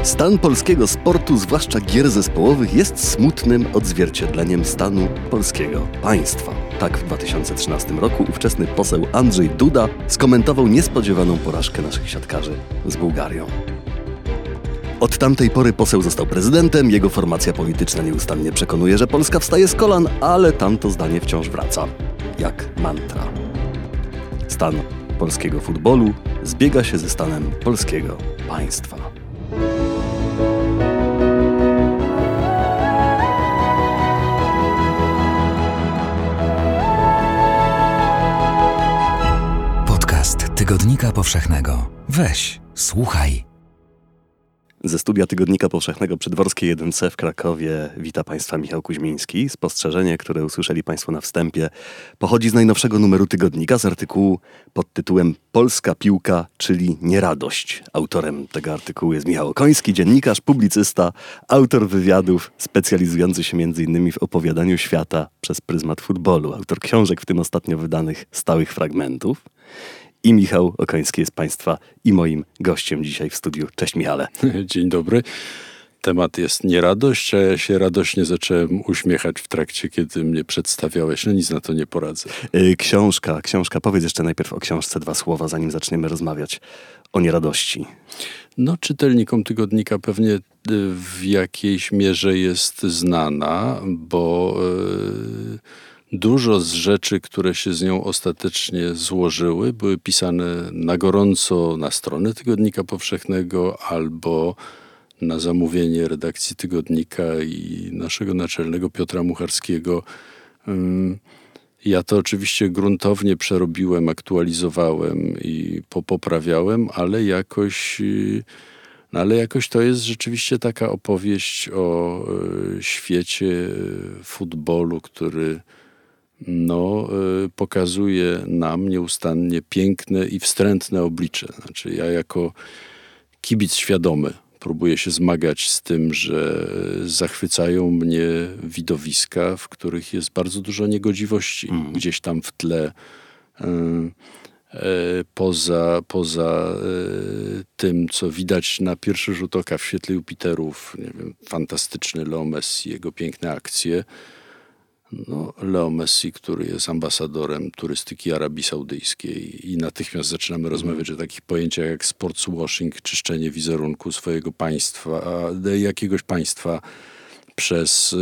Stan polskiego sportu, zwłaszcza gier zespołowych, jest smutnym odzwierciedleniem stanu polskiego państwa. Tak w 2013 roku ówczesny poseł Andrzej Duda skomentował niespodziewaną porażkę naszych siatkarzy z Bułgarią. Od tamtej pory poseł został prezydentem, jego formacja polityczna nieustannie przekonuje, że Polska wstaje z kolan, ale tamto zdanie wciąż wraca, jak mantra. Stan polskiego futbolu zbiega się ze stanem polskiego państwa. Podcast Tygodnika Powszechnego. Weź, słuchaj. Ze studia Tygodnika Powszechnego przy Dworskiej 1C w Krakowie wita Państwa Michał Kuźmiński. Spostrzeżenie, które usłyszeli Państwo na wstępie, pochodzi z najnowszego numeru tygodnika, z artykułu pod tytułem Polska piłka, czyli nieradość. Autorem tego artykułu jest Michał Okoński, dziennikarz, publicysta, autor wywiadów, specjalizujący się m.in. w opowiadaniu świata przez pryzmat futbolu. Autor książek, w tym ostatnio wydanych Stałych Fragmentów. I Michał Okoński jest Państwa i moim gościem dzisiaj w studiu. Cześć Michale. Dzień dobry. Temat jest nieradość, a ja się radośnie zacząłem uśmiechać w trakcie, kiedy mnie przedstawiałeś. No nic na to nie poradzę. Książka. Powiedz jeszcze najpierw o książce dwa słowa, zanim zaczniemy rozmawiać o nieradości. No, czytelnikom tygodnika pewnie w jakiejś mierze jest znana, bo dużo z rzeczy, które się z nią ostatecznie złożyły, były pisane na gorąco na stronę Tygodnika Powszechnego albo na zamówienie redakcji Tygodnika i naszego naczelnego Piotra Mucharskiego. Ja to oczywiście gruntownie przerobiłem, aktualizowałem i poprawiałem, ale jakoś to jest rzeczywiście taka opowieść o świecie futbolu, który pokazuje nam nieustannie piękne i wstrętne oblicze. Znaczy ja jako kibic świadomy próbuję się zmagać z tym, że zachwycają mnie widowiska, w których jest bardzo dużo niegodziwości. Gdzieś tam w tle, poza tym, co widać na pierwszy rzut oka w świetle Jupiterów. Nie wiem, fantastyczny Leo Messi, jego piękne akcje. Leo Messi, który jest ambasadorem turystyki Arabii Saudyjskiej i natychmiast zaczynamy rozmawiać o takich pojęciach jak sportswashing, czyszczenie wizerunku swojego państwa, jakiegoś państwa przez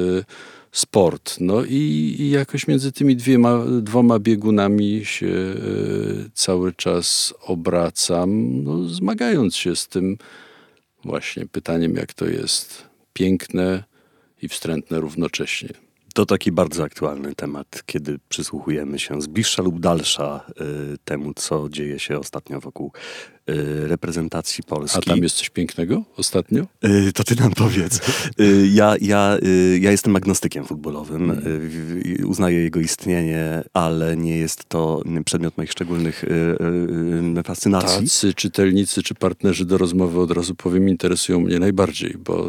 sport. I jakoś między tymi dwoma biegunami się cały czas obracam, zmagając się z tym właśnie pytaniem, jak to jest piękne i wstrętne równocześnie. To taki bardzo aktualny temat, kiedy przysłuchujemy się z bliższa lub dalsza temu, co dzieje się ostatnio wokół reprezentacji Polski. A tam jest coś pięknego ostatnio? To ty nam powiedz. Ja jestem agnostykiem futbolowym. Uznaję jego istnienie, ale nie jest to przedmiot moich szczególnych fascynacji. Tacy czytelnicy czy partnerzy do rozmowy, od razu powiem, interesują mnie najbardziej, bo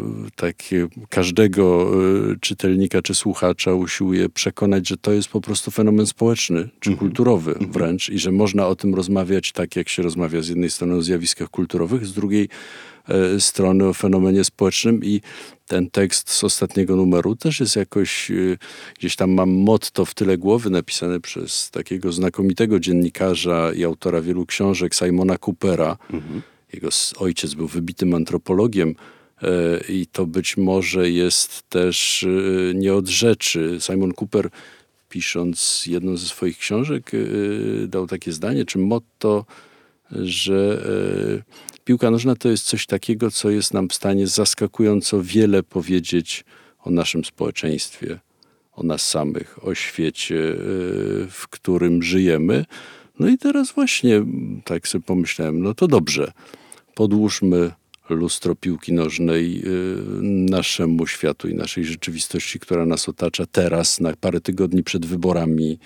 każdego czytelnika czy słuchacza usiłuje przekonać, że to jest po prostu fenomen społeczny czy kulturowy wręcz i że można o tym rozmawiać tak, jak się rozmawia z jednej strony o zjawiskach kulturowych, z drugiej strony o fenomenie społecznym i ten tekst z ostatniego numeru też jest jakoś, gdzieś tam mam motto w tyle głowy napisane przez takiego znakomitego dziennikarza i autora wielu książek, Simona Coopera. Jego ojciec był wybitym antropologiem i to być może jest też nie od rzeczy. Simon Cooper, pisząc jedną ze swoich książek, dał takie zdanie, czy motto, że piłka nożna to jest coś takiego, co jest nam w stanie zaskakująco wiele powiedzieć o naszym społeczeństwie, o nas samych, o świecie, w którym żyjemy. I teraz właśnie tak sobie pomyślałem, to dobrze, podłóżmy lustro piłki nożnej naszemu światu i naszej rzeczywistości, która nas otacza teraz, na parę tygodni przed wyborami,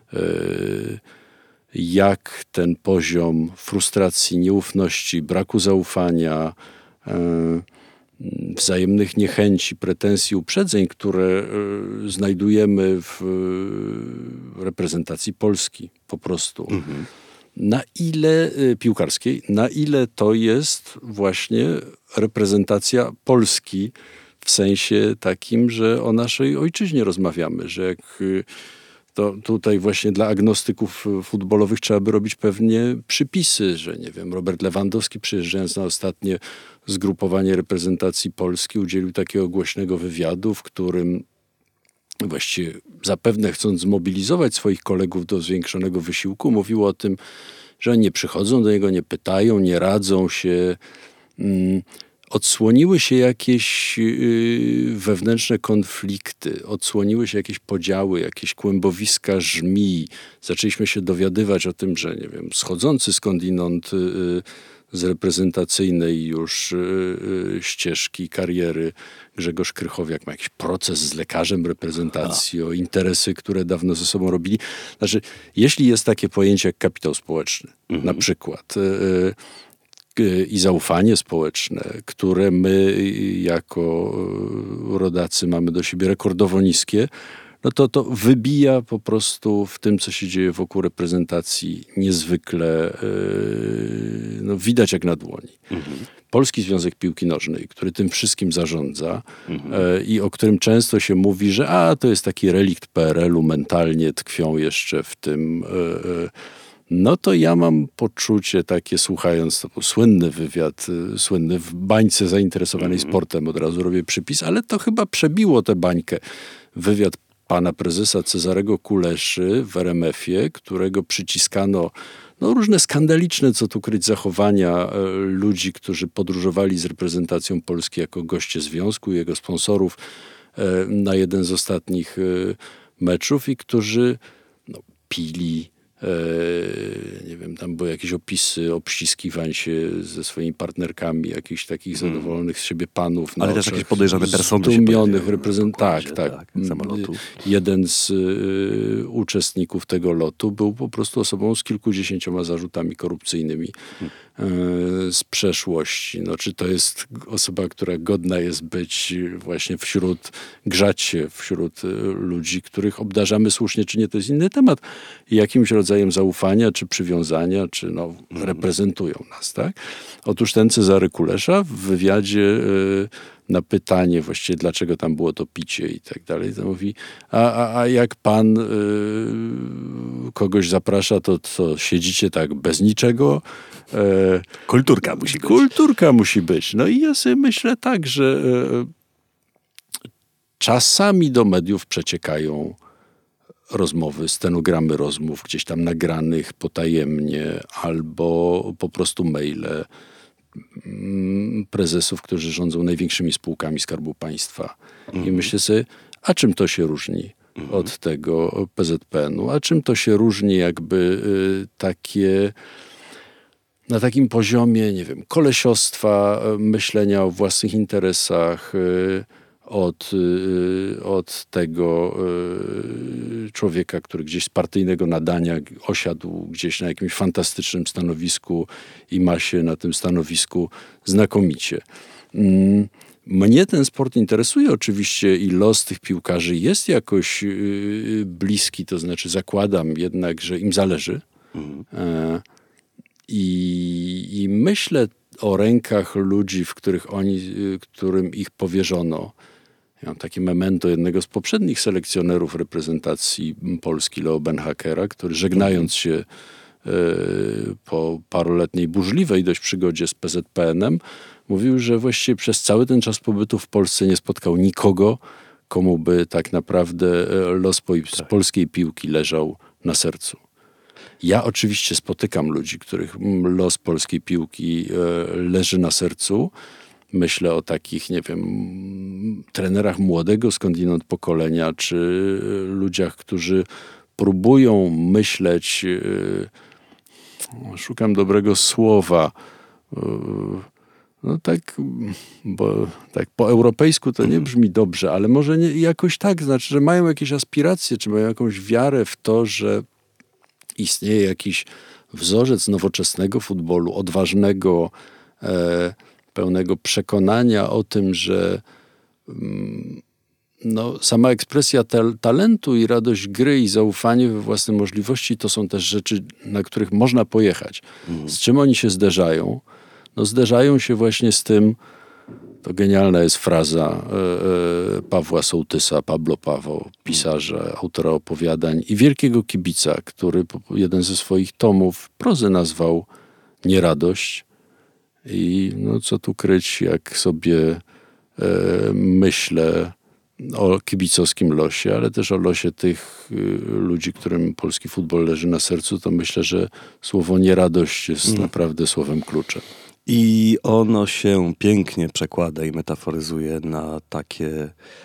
jak ten poziom frustracji, nieufności, braku zaufania, wzajemnych niechęci, pretensji, uprzedzeń, które znajdujemy w reprezentacji Polski po prostu. na ile piłkarskiej, na ile to jest właśnie reprezentacja Polski w sensie takim, że o naszej ojczyźnie rozmawiamy, że jak to tutaj właśnie dla agnostyków futbolowych trzeba by robić pewnie przypisy, że nie wiem, Robert Lewandowski przyjeżdżając na ostatnie zgrupowanie reprezentacji Polski udzielił takiego głośnego wywiadu, w którym właściwie zapewne chcąc zmobilizować swoich kolegów do zwiększonego wysiłku, mówił o tym, że oni nie przychodzą do niego, nie pytają, nie radzą się. Odsłoniły się jakieś wewnętrzne konflikty, odsłoniły się jakieś podziały, jakieś kłębowiska żmij. Zaczęliśmy się dowiadywać o tym, że nie wiem, schodzący skądinąd z reprezentacyjnej już ścieżki kariery Grzegorz Krychowiak ma jakiś proces z lekarzem reprezentacji o interesy, które dawno ze sobą robili. Znaczy, jeśli jest takie pojęcie jak kapitał społeczny, na przykład, i zaufanie społeczne, które my jako rodacy mamy do siebie rekordowo niskie, no to wybija po prostu w tym, co się dzieje wokół reprezentacji niezwykle, widać jak na dłoni. Polski Związek Piłki Nożnej, który tym wszystkim zarządza i o którym często się mówi, że to jest taki relikt PRL-u, mentalnie tkwią jeszcze w tym. No to ja mam poczucie takie, słuchając, to był słynny wywiad, słynny w bańce zainteresowanej sportem, od razu robię przypis, ale to chyba przebiło tę bańkę. Wywiad pana prezesa Cezarego Kuleszy w RMF-ie, którego przyciskano różne skandaliczne, co tu kryć, zachowania ludzi, którzy podróżowali z reprezentacją Polski jako goście związku i jego sponsorów na jeden z ostatnich meczów i którzy pili, nie wiem, tam były jakieś opisy obściskiwań się ze swoimi partnerkami, jakichś takich zadowolonych z siebie panów. Ale też jakieś podejrzane persony zdumionych reprezentantów. Tak. Samolotu. Jeden z uczestników tego lotu był po prostu osobą z kilkudziesięcioma zarzutami korupcyjnymi z przeszłości. No, czy to jest osoba, która godna jest być właśnie grzać się wśród ludzi, których obdarzamy słusznie, czy nie, to jest inny temat. Jakimś rodzajem zaufania, czy przywiązania, czy reprezentują nas, tak? Otóż ten Cezary Kulesza w wywiadzie na pytanie właściwie, dlaczego tam było to picie i tak dalej, to mówi, a jak pan kogoś zaprasza, to co, siedzicie tak bez niczego? Kulturka musi być. Kulturka musi być. No i ja sobie myślę tak, że czasami do mediów przeciekają rozmowy, stenogramy rozmów gdzieś tam nagranych potajemnie albo po prostu maile prezesów, którzy rządzą największymi spółkami Skarbu Państwa. I myślę sobie, a czym to się różni od tego PZPN-u? A czym to się różni jakby takie na takim poziomie, nie wiem, kolesiostwa, myślenia o własnych interesach, od tego człowieka, który gdzieś z partyjnego nadania osiadł gdzieś na jakimś fantastycznym stanowisku i ma się na tym stanowisku znakomicie. Mnie ten sport interesuje oczywiście i los tych piłkarzy jest jakoś bliski, to znaczy zakładam jednak, że im zależy. I myślę o rękach ludzi, którym ich powierzono. Ja mam takie memento jednego z poprzednich selekcjonerów reprezentacji Polski, Leo Benhakera, który żegnając się po paroletniej burzliwej dość przygodzie z PZPN-em, mówił, że właściwie przez cały ten czas pobytu w Polsce nie spotkał nikogo, komu by tak naprawdę los polskiej piłki leżał na sercu. Ja oczywiście spotykam ludzi, których los polskiej piłki leży na sercu. Myślę o takich, nie wiem, trenerach młodego skądinąd pokolenia, czy ludziach, którzy próbują myśleć, szukam dobrego słowa, no tak, bo tak po europejsku to nie brzmi dobrze, ale może nie, jakoś tak, znaczy, że mają jakieś aspiracje, czy mają jakąś wiarę w to, że istnieje jakiś wzorzec nowoczesnego futbolu, odważnego, pełnego przekonania o tym, że sama ekspresja talentu i radość gry i zaufanie we własne możliwości to są też rzeczy, na których można pojechać. Z czym oni się zderzają? Zderzają się właśnie z tym, to genialna jest fraza Pawła Sołtysa, Pablo Paweł, pisarza, autora opowiadań i wielkiego kibica, który jeden ze swoich tomów prozy nazwał Nieradość. I co tu kryć, jak sobie myślę o kibicowskim losie, ale też o losie tych ludzi, którym polski futbol leży na sercu, to myślę, że słowo nieradość jest naprawdę słowem kluczem. I ono się pięknie przekłada i metaforyzuje na takie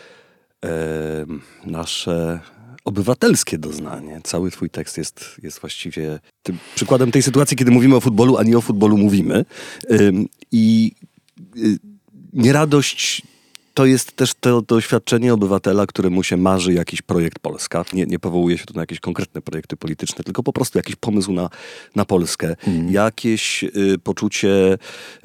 nasze obywatelskie doznanie. Cały twój tekst jest właściwie przykładem tej sytuacji, kiedy mówimy o futbolu, a nie o futbolu mówimy. I nieradość to jest też to doświadczenie obywatela, któremu się marzy jakiś projekt Polska. Nie powołuje się tu na jakieś konkretne projekty polityczne, tylko po prostu jakiś pomysł na Polskę. Jakieś poczucie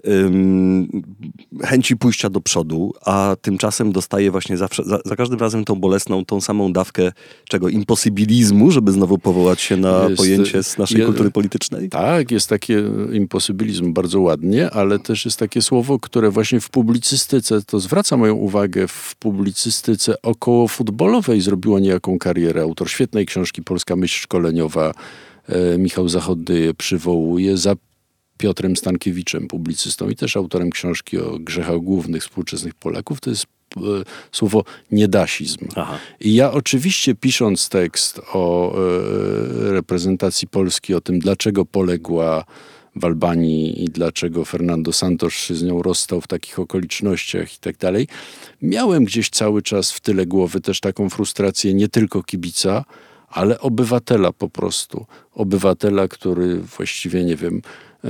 chęci pójścia do przodu, a tymczasem dostaje właśnie zawsze, za każdym razem tą bolesną, tą samą dawkę imposybilizmu, żeby znowu powołać się na pojęcie z naszej kultury politycznej. Tak, jest takie imposybilizm bardzo ładnie, ale też jest takie słowo, które właśnie w publicystyce, to zwraca moją uwagę, w publicystyce około futbolowej zrobiło niejaką karierę. Autor świetnej książki Polska myśl szkoleniowa, Michał Zachodny je przywołuje, za Piotrem Stankiewiczem, publicystą i też autorem książki o grzechach głównych współczesnych Polaków. To jest słowo niedasizm. Aha. I ja oczywiście, pisząc tekst o reprezentacji Polski, o tym, dlaczego poległa w Albanii i dlaczego Fernando Santos się z nią rozstał w takich okolicznościach i tak dalej, miałem gdzieś cały czas w tyle głowy też taką frustrację nie tylko kibica, ale obywatela po prostu. Obywatela, który właściwie, nie wiem,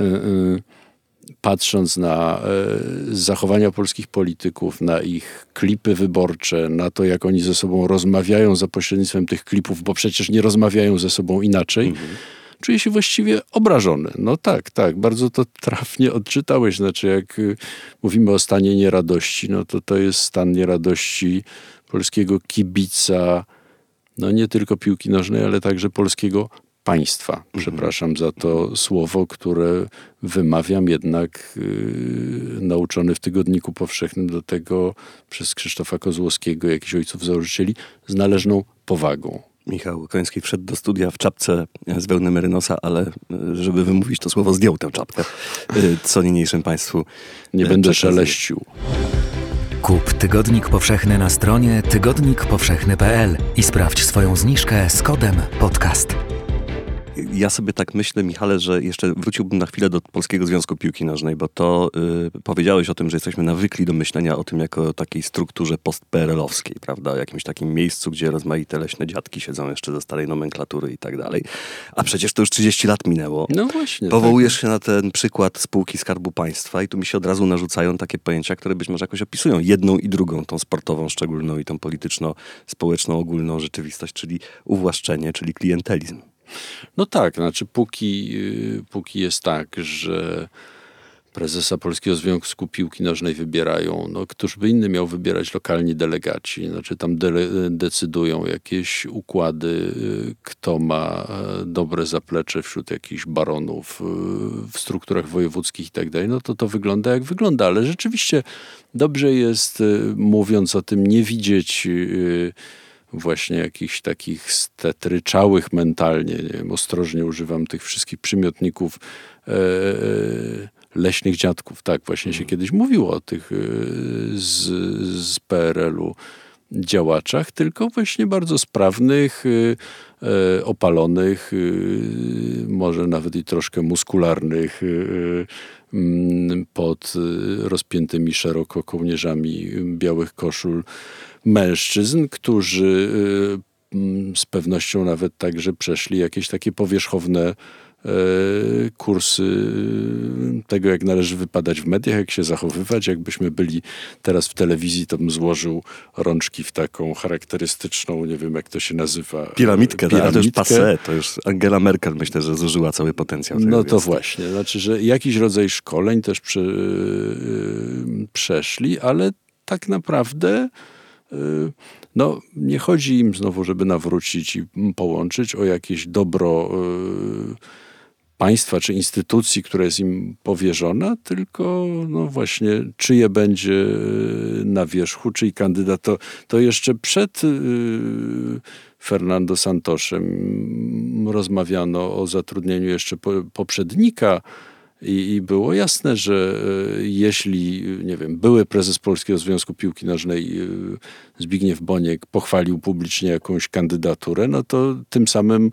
patrząc na zachowania polskich polityków, na ich klipy wyborcze, na to, jak oni ze sobą rozmawiają za pośrednictwem tych klipów, bo przecież nie rozmawiają ze sobą inaczej, czuje się właściwie obrażony. Tak, bardzo to trafnie odczytałeś. Znaczy, jak mówimy o stanie nieradości, to jest stan nieradości polskiego kibica, nie tylko piłki nożnej, ale także polskiego państwa. Przepraszam za to słowo, które wymawiam jednak nauczony w Tygodniku Powszechnym do tego przez Krzysztofa Kozłowskiego, jakichś ojców założycieli, z należną powagą. Michał Koński wszedł do studia w czapce z wełny merynosa, ale żeby wymówić to słowo, zdjął tę czapkę. Co niniejszym państwu nie będę szeleścił. Kup Tygodnik Powszechny na stronie tygodnikpowszechny.pl i sprawdź swoją zniżkę z kodem podcast. Ja sobie tak myślę, Michale, że jeszcze wróciłbym na chwilę do Polskiego Związku Piłki Nożnej, bo to powiedziałeś o tym, że jesteśmy nawykli do myślenia o tym jako o takiej strukturze post-PRL-owskiej, prawda? O jakimś takim miejscu, gdzie rozmaite leśne dziadki siedzą jeszcze ze starej nomenklatury i tak dalej. A przecież to już 30 lat minęło. No właśnie. Powołujesz się na ten przykład spółki Skarbu Państwa i tu mi się od razu narzucają takie pojęcia, które być może jakoś opisują jedną i drugą, tą sportową szczególną i tą polityczno-społeczną ogólną rzeczywistość, czyli uwłaszczenie, czyli klientelizm. Tak, znaczy póki jest tak, że prezesa Polskiego Związku Piłki Nożnej wybierają, któż by inny miał wybierać lokalni delegaci, znaczy tam decydują jakieś układy, kto ma dobre zaplecze wśród jakichś baronów w strukturach wojewódzkich i tak dalej, to wygląda jak wygląda, ale rzeczywiście dobrze jest, mówiąc o tym, nie widzieć właśnie jakichś takich stetryczałych mentalnie, nie wiem, ostrożnie używam tych wszystkich przymiotników leśnych dziadków. Tak, właśnie się kiedyś mówiło o tych z PRL-u działaczach, tylko właśnie bardzo sprawnych, opalonych, może nawet i troszkę muskularnych, pod rozpiętymi szeroko kołnierzami białych koszul mężczyzn, którzy z pewnością nawet także przeszli jakieś takie powierzchowne kursy tego, jak należy wypadać w mediach, jak się zachowywać. Jakbyśmy byli teraz w telewizji, to bym złożył rączki w taką charakterystyczną, nie wiem jak to się nazywa. Piramidkę. Ale to już passé, to już Angela Merkel myślę, że zużyła cały potencjał. To właśnie. Znaczy, że jakiś rodzaj szkoleń też przeszli, ale tak naprawdę no, nie chodzi im znowu, żeby nawrócić i połączyć o jakieś dobro państwa czy instytucji, która jest im powierzona, tylko no właśnie czyje będzie na wierzchu, czyj kandydat. To jeszcze przed Fernando Santosem rozmawiano o zatrudnieniu jeszcze poprzednika i było jasne, że jeśli, nie wiem, były prezes Polskiego Związku Piłki Nożnej Zbigniew Boniek pochwalił publicznie jakąś kandydaturę, no to tym samym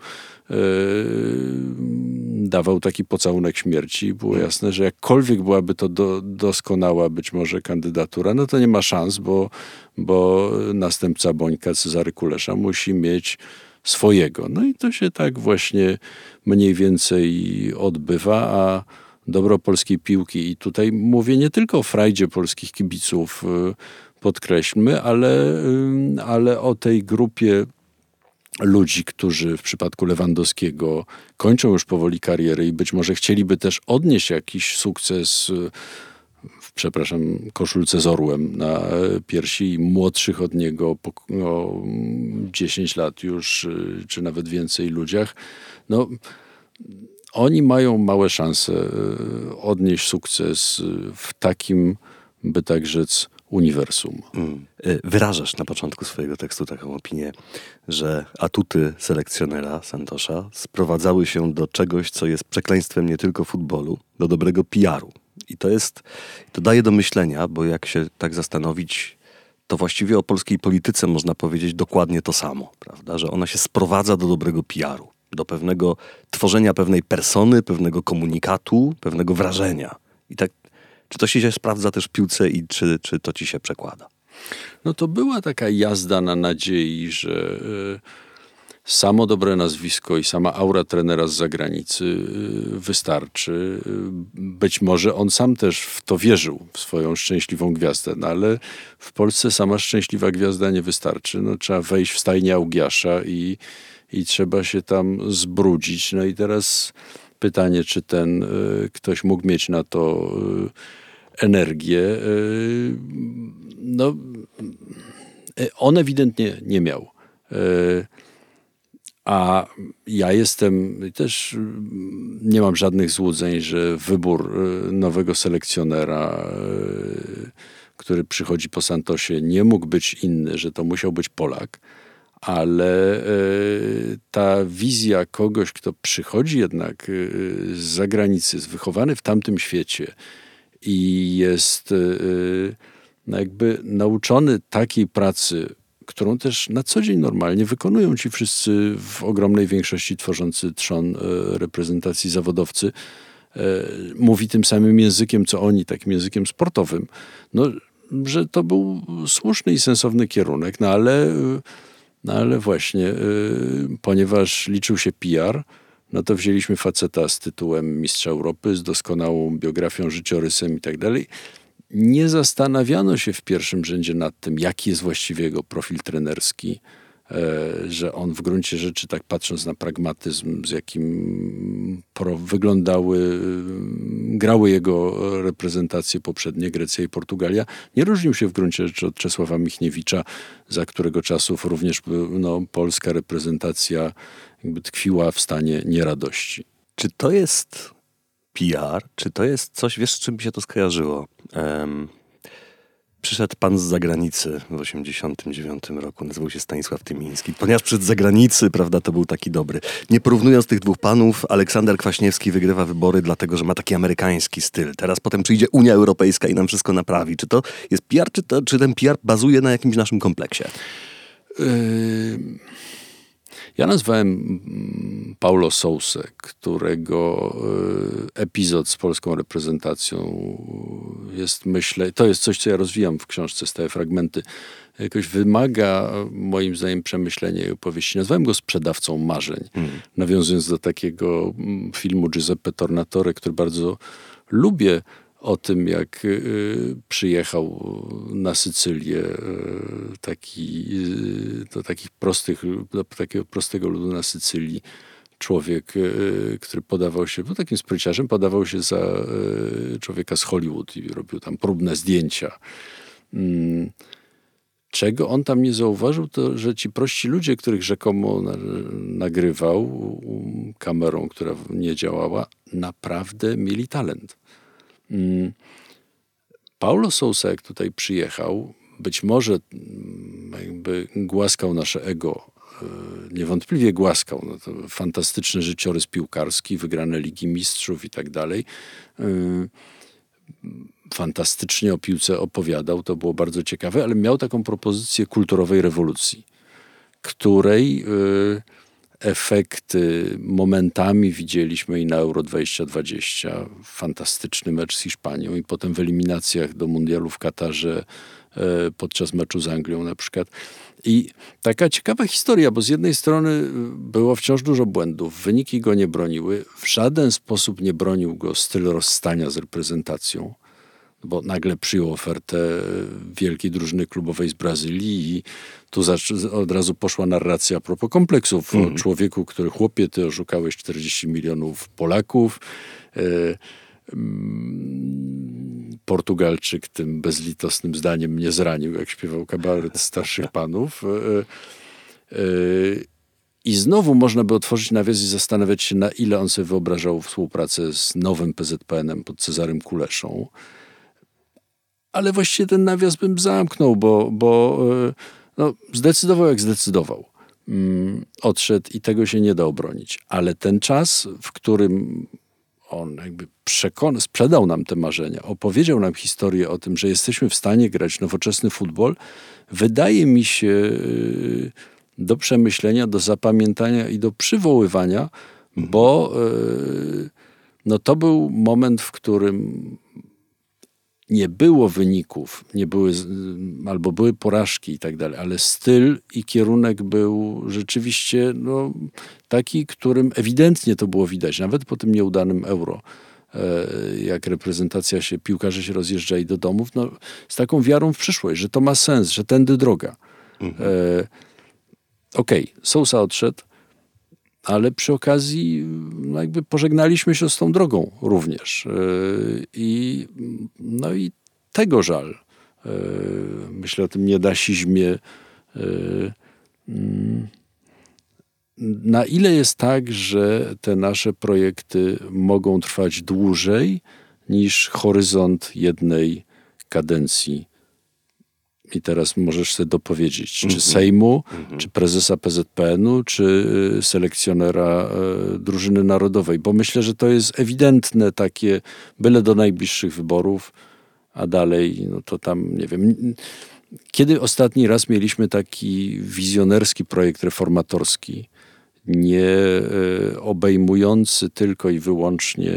dawał taki pocałunek śmierci. Było jasne, że jakkolwiek byłaby to doskonała być może kandydatura, no to nie ma szans, bo następca Bońka, Cezary Kulesza, musi mieć swojego. No i to się tak właśnie mniej więcej odbywa, a dobro polskiej piłki, i tutaj mówię nie tylko o frajdzie polskich kibiców, podkreślmy, ale o tej grupie ludzi, którzy w przypadku Lewandowskiego kończą już powoli karierę i być może chcieliby też odnieść jakiś sukces w, koszulce z orłem na piersi, i młodszych od niego o 10 lat już, czy nawet więcej ludziach. No, oni mają małe szanse odnieść sukces w takim, by tak rzec, uniwersum. Wyrażasz na początku swojego tekstu taką opinię, że atuty selekcjonera Santosza sprowadzały się do czegoś, co jest przekleństwem nie tylko futbolu, do dobrego PR-u. I to daje do myślenia, bo jak się tak zastanowić, to właściwie o polskiej polityce można powiedzieć dokładnie to samo, prawda? Że ona się sprowadza do dobrego PR-u, do pewnego tworzenia pewnej persony, pewnego komunikatu, pewnego wrażenia. I tak, czy to się sprawdza też w piłce i czy to ci się przekłada? No to była taka jazda na nadziei, że samo dobre nazwisko i sama aura trenera z zagranicy wystarczy. Być może on sam też w to wierzył, w swoją szczęśliwą gwiazdę, no ale w Polsce sama szczęśliwa gwiazda nie wystarczy. No, trzeba wejść w stajnię Augiasza i trzeba się tam zbrudzić. No i teraz pytanie, czy ten ktoś mógł mieć na to energię. No, on ewidentnie nie miał. A ja też nie mam żadnych złudzeń, że wybór nowego selekcjonera, który przychodzi po Santosie, nie mógł być inny, że to musiał być Polak. Ale ta wizja kogoś, kto przychodzi jednak z zagranicy, jest wychowany w tamtym świecie i jest jakby nauczony takiej pracy, którą też na co dzień normalnie wykonują ci wszyscy w ogromnej większości tworzący trzon reprezentacji zawodowcy, mówi tym samym językiem, co oni, takim językiem sportowym. No, że to był słuszny i sensowny kierunek, no ale właśnie, ponieważ liczył się PR, no to wzięliśmy faceta z tytułem Mistrza Europy, z doskonałą biografią, życiorysem i tak dalej. Nie zastanawiano się w pierwszym rzędzie nad tym, jaki jest właściwie jego profil trenerski, że on w gruncie rzeczy, tak patrząc na pragmatyzm, z jakim grały jego reprezentacje poprzednie, Grecja i Portugalia, nie różnił się w gruncie rzeczy od Czesława Michniewicza, za którego czasów również polska reprezentacja jakby tkwiła w stanie nieradości. Czy to jest PR? Czy to jest coś, wiesz, z czym mi się to skojarzyło? Przyszedł pan z zagranicy w 1989 roku, nazywał się Stanisław Tymiński. Ponieważ przyszedł z zagranicy, prawda, to był taki dobry. Nie porównując tych dwóch panów, Aleksander Kwaśniewski wygrywa wybory dlatego, że ma taki amerykański styl. Teraz potem przyjdzie Unia Europejska i nam wszystko naprawi. Czy to jest PR, czy ten PR bazuje na jakimś naszym kompleksie? Ja nazwałem Paulo Sousę, którego epizod z polską reprezentacją jest, myślę, to jest coś, co ja rozwijam w książce Stałe Fragmenty, jakoś wymaga moim zdaniem przemyślenia i opowieści. Nazwałem go sprzedawcą marzeń, nawiązując do takiego filmu Giuseppe Tornatore, który bardzo lubię, o tym, jak przyjechał na Sycylię do takiego prostego ludu na Sycylii człowiek, który podawał się, był takim spryciarzem, podawał się za człowieka z Hollywood i robił tam próbne zdjęcia. Czego on tam nie zauważył, to że ci prości ludzie, których rzekomo nagrywał kamerą, która nie działała, naprawdę mieli talent. Paulo Sousa, jak tutaj przyjechał, być może jakby głaskał nasze ego, niewątpliwie głaskał. No to fantastyczny życiorys piłkarski, wygrane Ligi Mistrzów i tak dalej. Fantastycznie o piłce opowiadał, to było bardzo ciekawe, ale miał taką propozycję kulturowej rewolucji, której efekty momentami widzieliśmy i na Euro 2020. Fantastyczny mecz z Hiszpanią i potem w eliminacjach do mundialu w Katarze podczas meczu z Anglią na przykład. I taka ciekawa historia, bo z jednej strony było wciąż dużo błędów, wyniki go nie broniły, w żaden sposób nie bronił go styl rozstania z reprezentacją, bo nagle przyjął ofertę wielkiej drużyny klubowej z Brazylii i tu od razu poszła narracja a propos kompleksów o człowieku, który chłopie, ty oszukałeś 40 milionów Polaków. Portugalczyk tym bezlitosnym zdaniem mnie zranił, jak śpiewał kabaret starszych panów. I znowu można by otworzyć nawias i zastanawiać się, na ile on sobie wyobrażał współpracę z nowym PZPN-em pod Cezarym Kuleszą. Ale właściwie ten nawias bym zamknął, bo zdecydował jak zdecydował. Odszedł i tego się nie da obronić. Ale ten czas, w którym on jakby sprzedał nam te marzenia, opowiedział nam historię o tym, że jesteśmy w stanie grać nowoczesny futbol, wydaje mi się do przemyślenia, do zapamiętania i do przywoływania, bo to był moment, w którym nie było wyników, albo były porażki i tak dalej, ale styl i kierunek był rzeczywiście taki, którym ewidentnie to było widać, nawet po tym nieudanym Euro, jak reprezentacja piłkarze się rozjeżdżali do domów, z taką wiarą w przyszłość, że to ma sens, że tędy droga. Sousa odszedł, ale przy okazji jakby pożegnaliśmy się z tą drogą również. I tego żal. Myślę o tym niedasizmie. Na ile jest tak, że te nasze projekty mogą trwać dłużej niż horyzont jednej kadencji? I teraz możesz sobie dopowiedzieć, czy Sejmu, czy prezesa PZPN-u, czy selekcjonera drużyny narodowej. Bo myślę, że to jest ewidentne takie, byle do najbliższych wyborów, a dalej, to tam, nie wiem. Kiedy ostatni raz mieliśmy taki wizjonerski projekt reformatorski, nie obejmujący tylko i wyłącznie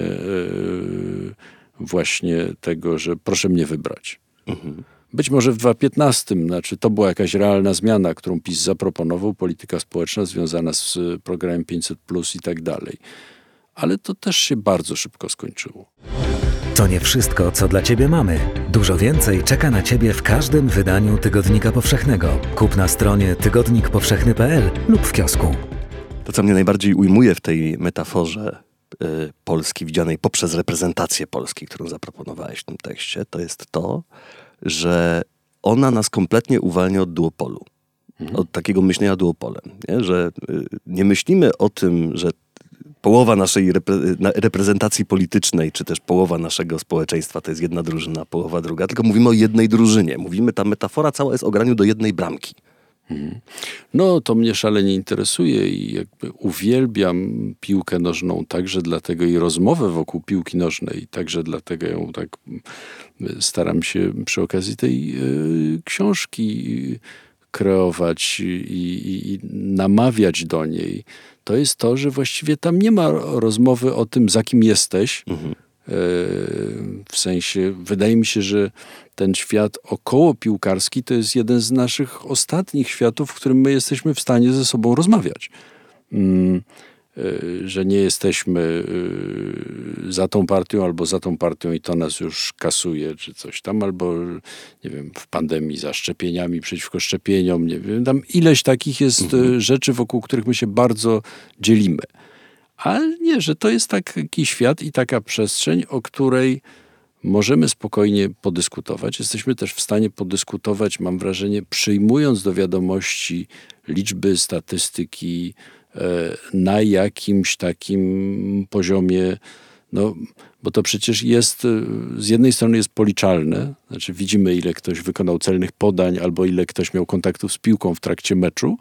właśnie tego, że proszę mnie wybrać. Być może w 2015, to była jakaś realna zmiana, którą PiS zaproponował, polityka społeczna związana z programem 500+ i tak dalej. Ale to też się bardzo szybko skończyło. To nie wszystko, co dla Ciebie mamy. Dużo więcej czeka na Ciebie w każdym wydaniu Tygodnika Powszechnego. Kup na stronie tygodnikpowszechny.pl lub w kiosku. To, co mnie najbardziej ujmuje w tej metaforze Polski widzianej poprzez reprezentację Polski, którą zaproponowałeś w tym tekście, to jest to, że ona nas kompletnie uwalnia od duopolu. Od takiego myślenia duopolem. Nie? Że nie myślimy o tym, że połowa naszej reprezentacji politycznej, czy też połowa naszego społeczeństwa to jest jedna drużyna, połowa druga, tylko mówimy o jednej drużynie. Ta metafora cała jest o graniu do jednej bramki. To mnie szalenie interesuje i jakby uwielbiam piłkę nożną także dlatego i rozmowę wokół piłki nożnej, także dlatego ją tak staram się przy okazji tej książki kreować i namawiać do niej. To jest to, że właściwie tam nie ma rozmowy o tym, za kim jesteś. W sensie, wydaje mi się, że ten świat około piłkarski to jest jeden z naszych ostatnich światów, w którym my jesteśmy w stanie ze sobą rozmawiać. Że nie jesteśmy za tą partią albo za tą partią i to nas już kasuje, czy coś tam, albo nie wiem, w pandemii za szczepieniami, przeciwko szczepieniom, nie wiem, tam ileś takich jest rzeczy, wokół których my się bardzo dzielimy. Ale nie, że to jest taki świat i taka przestrzeń, o której możemy spokojnie podyskutować. Jesteśmy też w stanie podyskutować, mam wrażenie, przyjmując do wiadomości liczby, statystyki na jakimś takim poziomie, no, bo to przecież jest, z jednej strony jest policzalne, znaczy widzimy, ile ktoś wykonał celnych podań, albo ile ktoś miał kontaktów z piłką w trakcie meczu,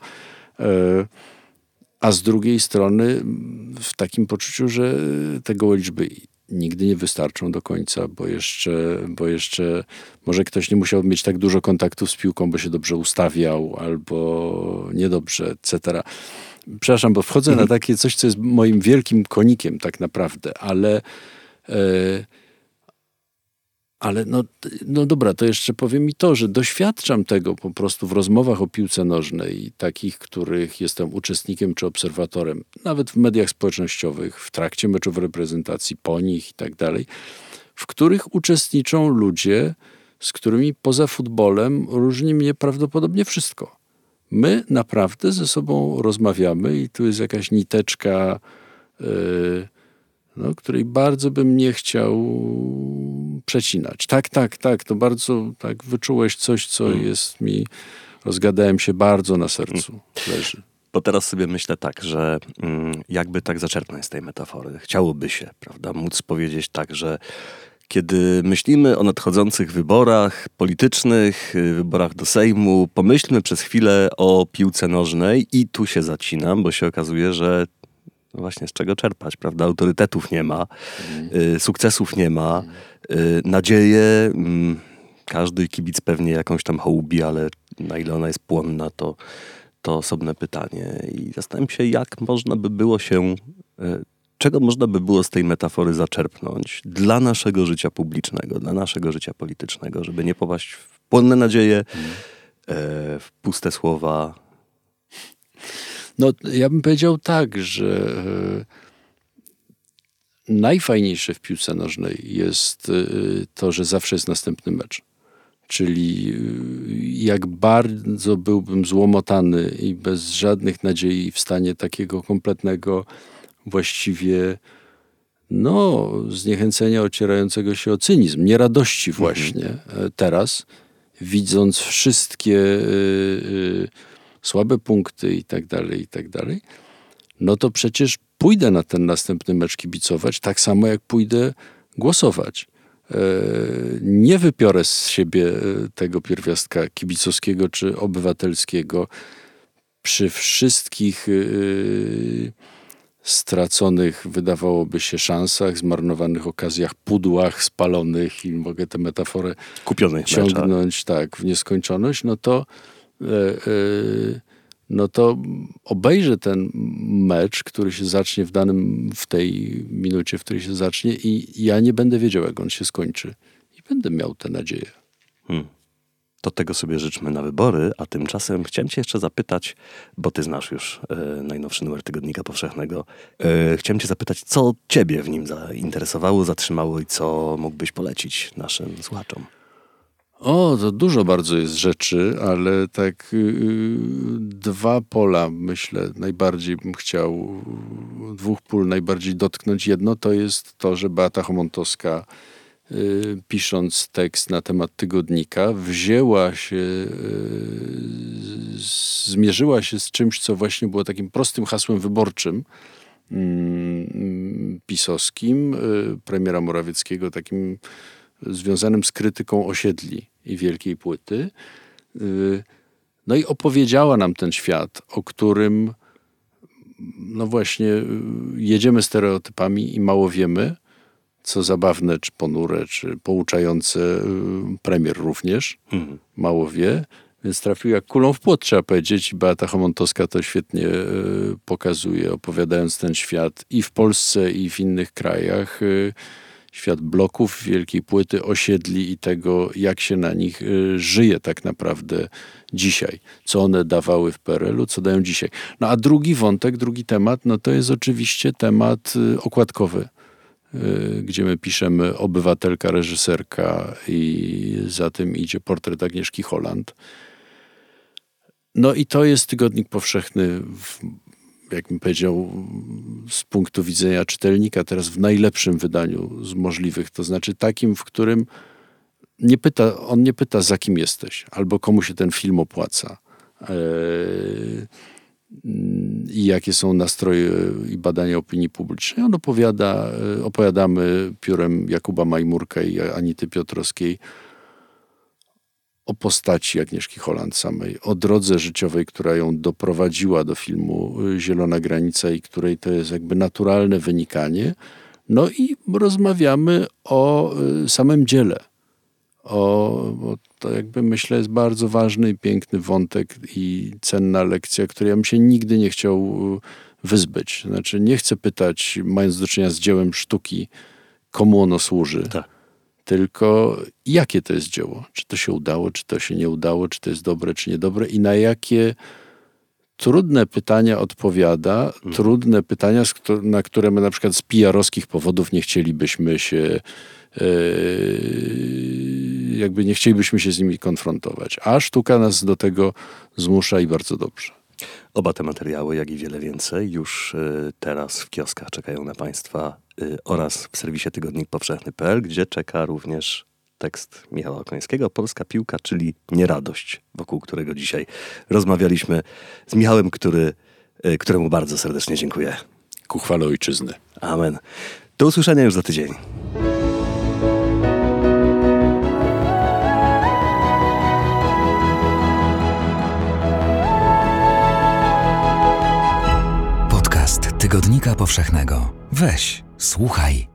a z drugiej strony w takim poczuciu, że tego liczby nigdy nie wystarczą do końca, bo jeszcze może ktoś nie musiał mieć tak dużo kontaktów z piłką, bo się dobrze ustawiał, albo niedobrze, etc. Przepraszam, bo wchodzę na takie coś, co jest moim wielkim konikiem tak naprawdę, ale no dobra, to jeszcze powiem mi to, że doświadczam tego po prostu w rozmowach o piłce nożnej, takich, których jestem uczestnikiem czy obserwatorem, nawet w mediach społecznościowych, w trakcie meczów reprezentacji, po nich i tak dalej, w których uczestniczą ludzie, z którymi poza futbolem różni mnie prawdopodobnie wszystko. My naprawdę ze sobą rozmawiamy i tu jest jakaś niteczka, której bardzo bym nie chciał przecinać. Tak, to bardzo tak wyczułeś coś, co jest mi, rozgadałem się, bardzo na sercu leży. Bo teraz sobie myślę tak, że jakby tak zaczerpnąć z tej metafory. Chciałoby się, prawda, móc powiedzieć tak, że kiedy myślimy o nadchodzących wyborach politycznych, wyborach do Sejmu, pomyślmy przez chwilę o piłce nożnej i tu się zacinam, bo się okazuje, że no właśnie z czego czerpać, prawda? Autorytetów nie ma, sukcesów nie ma, nadzieję każdy kibic pewnie jakąś tam hołubi, ale na ile ona jest płonna, to osobne pytanie. I zastanawiam się, jak można by było się, czego można by było z tej metafory zaczerpnąć dla naszego życia publicznego, dla naszego życia politycznego, żeby nie popaść w płonne nadzieje, w puste słowa. No, ja bym powiedział tak, że najfajniejsze w piłce nożnej jest to, że zawsze jest następny mecz. Czyli jak bardzo byłbym złomotany i bez żadnych nadziei w stanie takiego kompletnego właściwie zniechęcenia ocierającego się o cynizm, nieradości właśnie teraz, widząc wszystkie słabe punkty i tak dalej, no to przecież pójdę na ten następny mecz kibicować, tak samo jak pójdę głosować. Nie wypiorę z siebie tego pierwiastka kibicowskiego czy obywatelskiego przy wszystkich straconych, wydawałoby się, szansach, zmarnowanych okazjach, pudłach spalonych i mogę tę metaforę Kupionych ciągnąć w nieskończoność, no to obejrzę ten mecz, który się zacznie w tej minucie, w której się zacznie i ja nie będę wiedział, jak on się skończy. I będę miał tę nadzieję. To tego sobie życzmy na wybory, a tymczasem chciałem cię jeszcze zapytać, bo ty znasz już najnowszy numer Tygodnika Powszechnego. Chciałem cię zapytać, co ciebie w nim zainteresowało, zatrzymało i co mógłbyś polecić naszym słuchaczom? To dużo bardzo jest rzeczy, ale tak dwa pola, myślę, najbardziej bym chciał, dwóch pól najbardziej dotknąć. Jedno to jest to, że Beata Chomątowska, pisząc tekst na temat tygodnika, zmierzyła się z czymś, co właśnie było takim prostym hasłem wyborczym pisowskim premiera Morawieckiego, takim związanym z krytyką osiedli i Wielkiej Płyty. No i opowiedziała nam ten świat, o którym właśnie jedziemy stereotypami i mało wiemy, co zabawne, czy ponure, czy pouczające. Premier również mało wie, więc trafił jak kulą w płot, trzeba powiedzieć. I Beata Chomątowska to świetnie pokazuje, opowiadając ten świat i w Polsce, i w innych krajach. Świat bloków, Wielkiej Płyty, osiedli i tego, jak się na nich żyje tak naprawdę dzisiaj. Co one dawały w PRL-u, co dają dzisiaj. A drugi wątek, drugi temat, to jest oczywiście temat okładkowy, gdzie my piszemy obywatelka, reżyserka i za tym idzie portret Agnieszki Holland. I to jest Tygodnik Powszechny jak mi powiedział, z punktu widzenia czytelnika, teraz w najlepszym wydaniu z możliwych. To znaczy takim, w którym on nie pyta, za kim jesteś, albo komu się ten film opłaca. I jakie są nastroje i badania opinii publicznej. On opowiadamy piórem Jakuba Majmurka i Anity Piotrowskiej o postaci Agnieszki Holland samej, o drodze życiowej, która ją doprowadziła do filmu Zielona granica i której to jest jakby naturalne wynikanie. No i rozmawiamy o samym dziele. Bo to jakby myślę jest bardzo ważny i piękny wątek i cenna lekcja, której ja bym się nigdy nie chciał wyzbyć. Znaczy nie chcę pytać, mając do czynienia z dziełem sztuki, komu ono służy, Tak. tylko jakie to jest dzieło. Czy to się udało, czy to się nie udało, czy to jest dobre, czy niedobre i na jakie trudne pytania odpowiada, trudne pytania, na które my na przykład z PR-owskich powodów nie chcielibyśmy się jakby nie chcielibyśmy się z nimi konfrontować. A sztuka nas do tego zmusza i bardzo dobrze. Oba te materiały, jak i wiele więcej, już teraz w kioskach czekają na Państwa oraz w serwisie tygodnikpowszechny.pl, gdzie czeka również tekst Michała Okońskiego, Polska piłka, czyli nieradość, wokół którego dzisiaj rozmawialiśmy z Michałem, któremu bardzo serdecznie dziękuję. Ku chwale ojczyzny. Amen. Do usłyszenia już za tydzień. Podcast Tygodnika Powszechnego. Weź, słuchaj.